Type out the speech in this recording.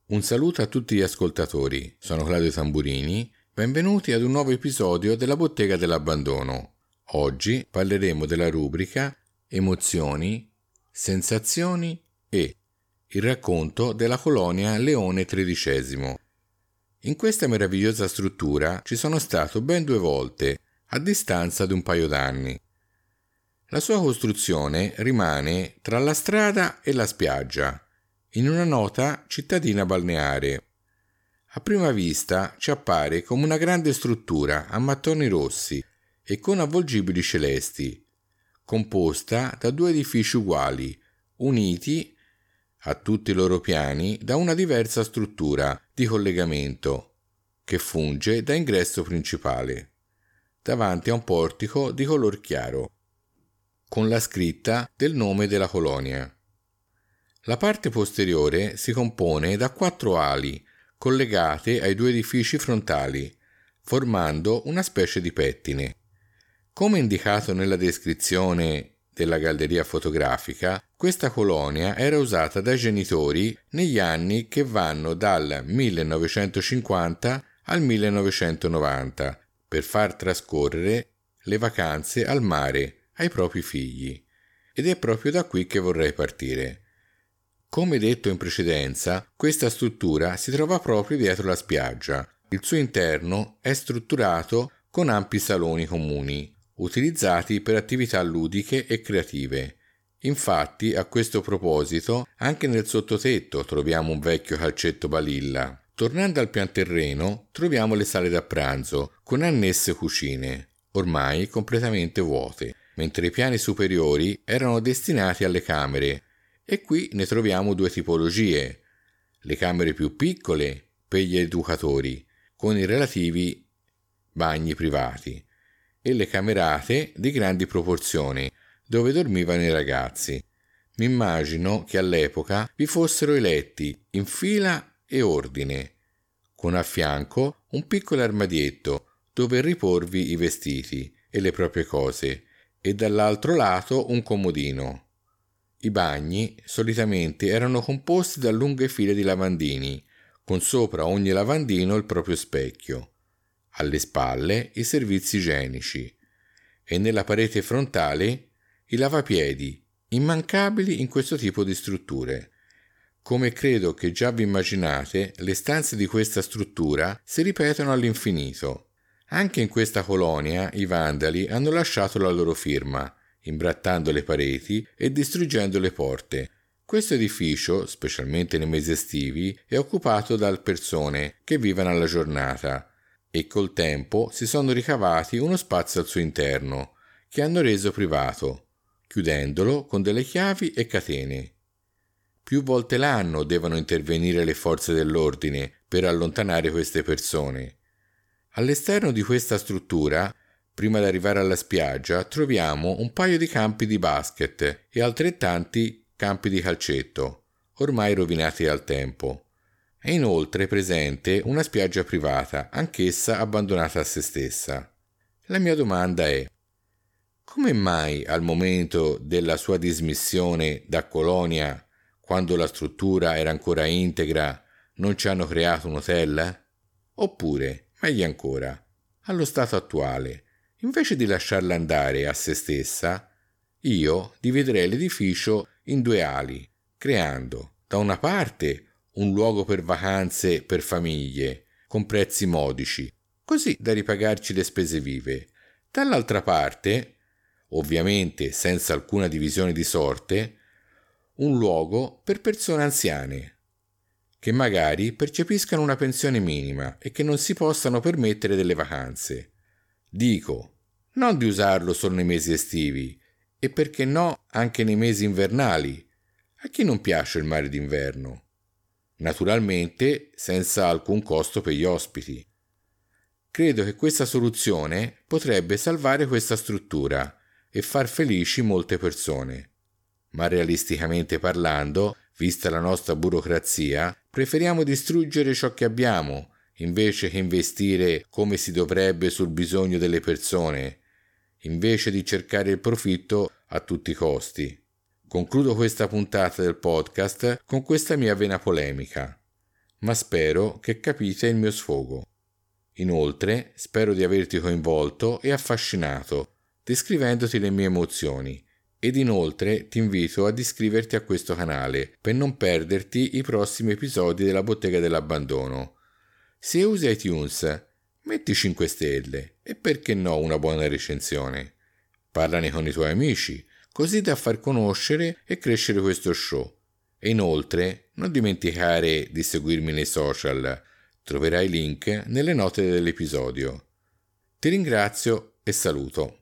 Un saluto a tutti gli ascoltatori, sono Claudio Tamburini, benvenuti ad un nuovo episodio della Bottega dell'Abbandono. Oggi parleremo della rubrica Emozioni, Sensazioni e il racconto della colonia Leone XIII. In questa meravigliosa struttura ci sono stato ben 2 volte, a distanza di un paio d'anni. La sua costruzione rimane tra la strada e la spiaggia, in una nota cittadina balneare. A prima vista ci appare come una grande struttura a mattoni rossi e con avvolgibili celesti, composta da 2 edifici uguali, uniti a tutti i loro piani da una diversa struttura di collegamento, che funge da ingresso principale, davanti a un portico di color chiaro, con la scritta del nome della colonia. La parte posteriore si compone da 4 ali collegate ai 2 edifici frontali, formando una specie di pettine. Come indicato nella descrizione della galleria fotografica, questa colonia era usata dai genitori negli anni che vanno dal 1950 al 1990 per far trascorrere le vacanze al mare ai propri figli. Ed è proprio da qui che vorrei partire. Come detto in precedenza, questa struttura si trova proprio dietro la spiaggia. Il suo interno è strutturato con ampi saloni comuni, utilizzati per attività ludiche e creative. Infatti, a questo proposito, anche nel sottotetto troviamo un vecchio calcetto balilla. Tornando al pianterreno, troviamo le sale da pranzo, con annesse cucine, ormai completamente vuote, mentre i piani superiori erano destinati alle camere. E qui ne troviamo 2 tipologie: le camere più piccole per gli educatori, con i relativi bagni privati, e le camerate di grandi proporzioni, dove dormivano i ragazzi. Mi immagino che all'epoca vi fossero i letti in fila e ordine, con a fianco un piccolo armadietto dove riporvi i vestiti e le proprie cose, e dall'altro lato un comodino. I bagni solitamente erano composti da lunghe file di lavandini, con sopra ogni lavandino il proprio specchio, alle spalle i servizi igienici e nella parete frontale i lavapiedi, immancabili in questo tipo di strutture. Come credo che già vi immaginate, le stanze di questa struttura si ripetono all'infinito. Anche in questa colonia i vandali hanno lasciato la loro firma, imbrattando le pareti e distruggendo le porte. Questo edificio, specialmente nei mesi estivi, è occupato da persone che vivono alla giornata e col tempo si sono ricavati uno spazio al suo interno, che hanno reso privato, chiudendolo con delle chiavi e catene. Più volte l'anno devono intervenire le forze dell'ordine per allontanare queste persone. All'esterno di questa struttura, prima di arrivare alla spiaggia, troviamo un paio di campi di basket e altrettanti campi di calcetto, ormai rovinati dal tempo. È inoltre presente una spiaggia privata, anch'essa abbandonata a se stessa. La mia domanda è: come mai al momento della sua dismissione da colonia, quando la struttura era ancora integra, non ci hanno creato un hotel? Oppure, meglio ancora, allo stato attuale, invece di lasciarla andare a se stessa, io dividerei l'edificio in 2 ali, creando, da una parte, un luogo per vacanze per famiglie, con prezzi modici, così da ripagarci le spese vive. Dall'altra parte, ovviamente senza alcuna divisione di sorte, un luogo per persone anziane, che magari percepiscano una pensione minima e che non si possano permettere delle vacanze. Dico, non di usarlo solo nei mesi estivi, e perché no anche nei mesi invernali. A chi non piace il mare d'inverno? Naturalmente senza alcun costo per gli ospiti. Credo che questa soluzione potrebbe salvare questa struttura e far felici molte persone. Ma realisticamente parlando, vista la nostra burocrazia, preferiamo distruggere ciò che abbiamo invece che investire come si dovrebbe sul bisogno delle persone, invece di cercare il profitto a tutti i costi. Concludo questa puntata del podcast con questa mia vena polemica. ma spero che capite il mio sfogo. Inoltre, spero di averti coinvolto e affascinato, descrivendoti le mie emozioni, ed inoltre ti invito ad iscriverti a questo canale per non perderti i prossimi episodi della Bottega dell'Abbandono. Se usi iTunes, metti 5 stelle e perché no una buona recensione. Parlane con i tuoi amici, così da far conoscere e crescere questo show. E inoltre, non dimenticare di seguirmi nei social. Troverai link nelle note dell'episodio. Ti ringrazio e saluto.